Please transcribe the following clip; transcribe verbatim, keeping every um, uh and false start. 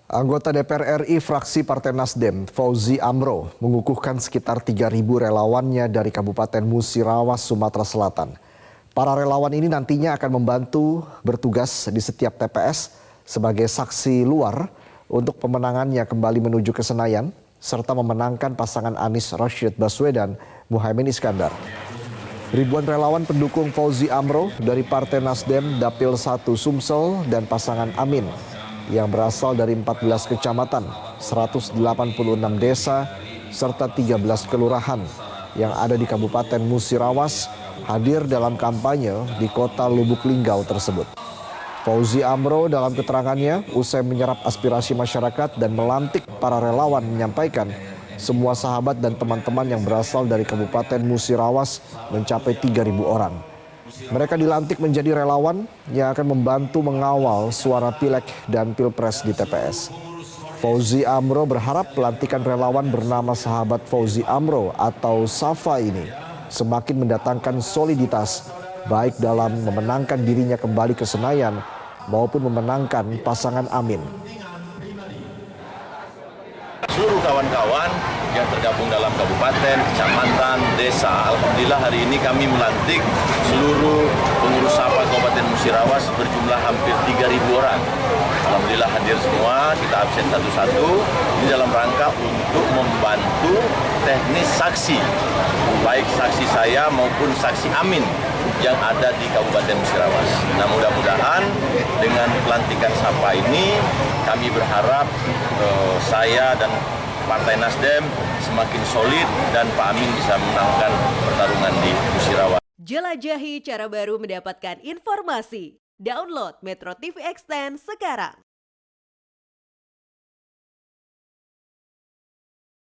Anggota D P R R I fraksi Partai Nasdem, Fauzi Amro, mengukuhkan sekitar tiga ribu relawannya dari Kabupaten Musirawas, Sumatera Selatan. Para relawan ini nantinya akan membantu bertugas di setiap T P S sebagai saksi luar untuk pemenangannya kembali menuju ke Senayan, serta memenangkan pasangan Anies Rashid Baswedan, Muhaimin Iskandar. Ribuan relawan pendukung Fauzi Amro dari Partai Nasdem, Dapil satu Sumsel, dan pasangan Amin yang berasal dari empat belas kecamatan, seratus delapan puluh enam desa, serta tiga belas kelurahan yang ada di Kabupaten Musirawas hadir dalam kampanye di kota Lubuk Linggau tersebut. Fauzi Amro dalam keterangannya usai menyerap aspirasi masyarakat dan melantik para relawan menyampaikan semua sahabat dan teman-teman yang berasal dari Kabupaten Musirawas mencapai tiga ribu orang. Mereka dilantik menjadi relawan yang akan membantu mengawal suara Pileg dan Pilpres di T P S. Fauzi Amro berharap pelantikan relawan bernama Sahabat Fauzi Amro atau SAFA ini semakin mendatangkan soliditas baik dalam memenangkan dirinya kembali ke Senayan maupun memenangkan pasangan Amin. Seluruh kawan-kawan yang tergabung dalam kabupaten, kecamatan, desa, alhamdulillah hari ini kami melantik seluruh pengurus SAFA Kabupaten Musirawas berjumlah hampir tiga ribu orang. Alhamdulillah hadir semua, kita absen satu-satu. Ini dalam rangka untuk membantu teknis saksi, baik saksi saya maupun saksi Amin yang ada di Kabupaten Musirawas. Nah, mudah-mudahan dengan pelantikan SAFA ini kami berharap eh, saya dan Partai Nasdem semakin solid dan Pak Amin bisa menangkan pertarungan di Musirawas. Jelajahi cara baru mendapatkan informasi. Download Metro T V Extend sekarang.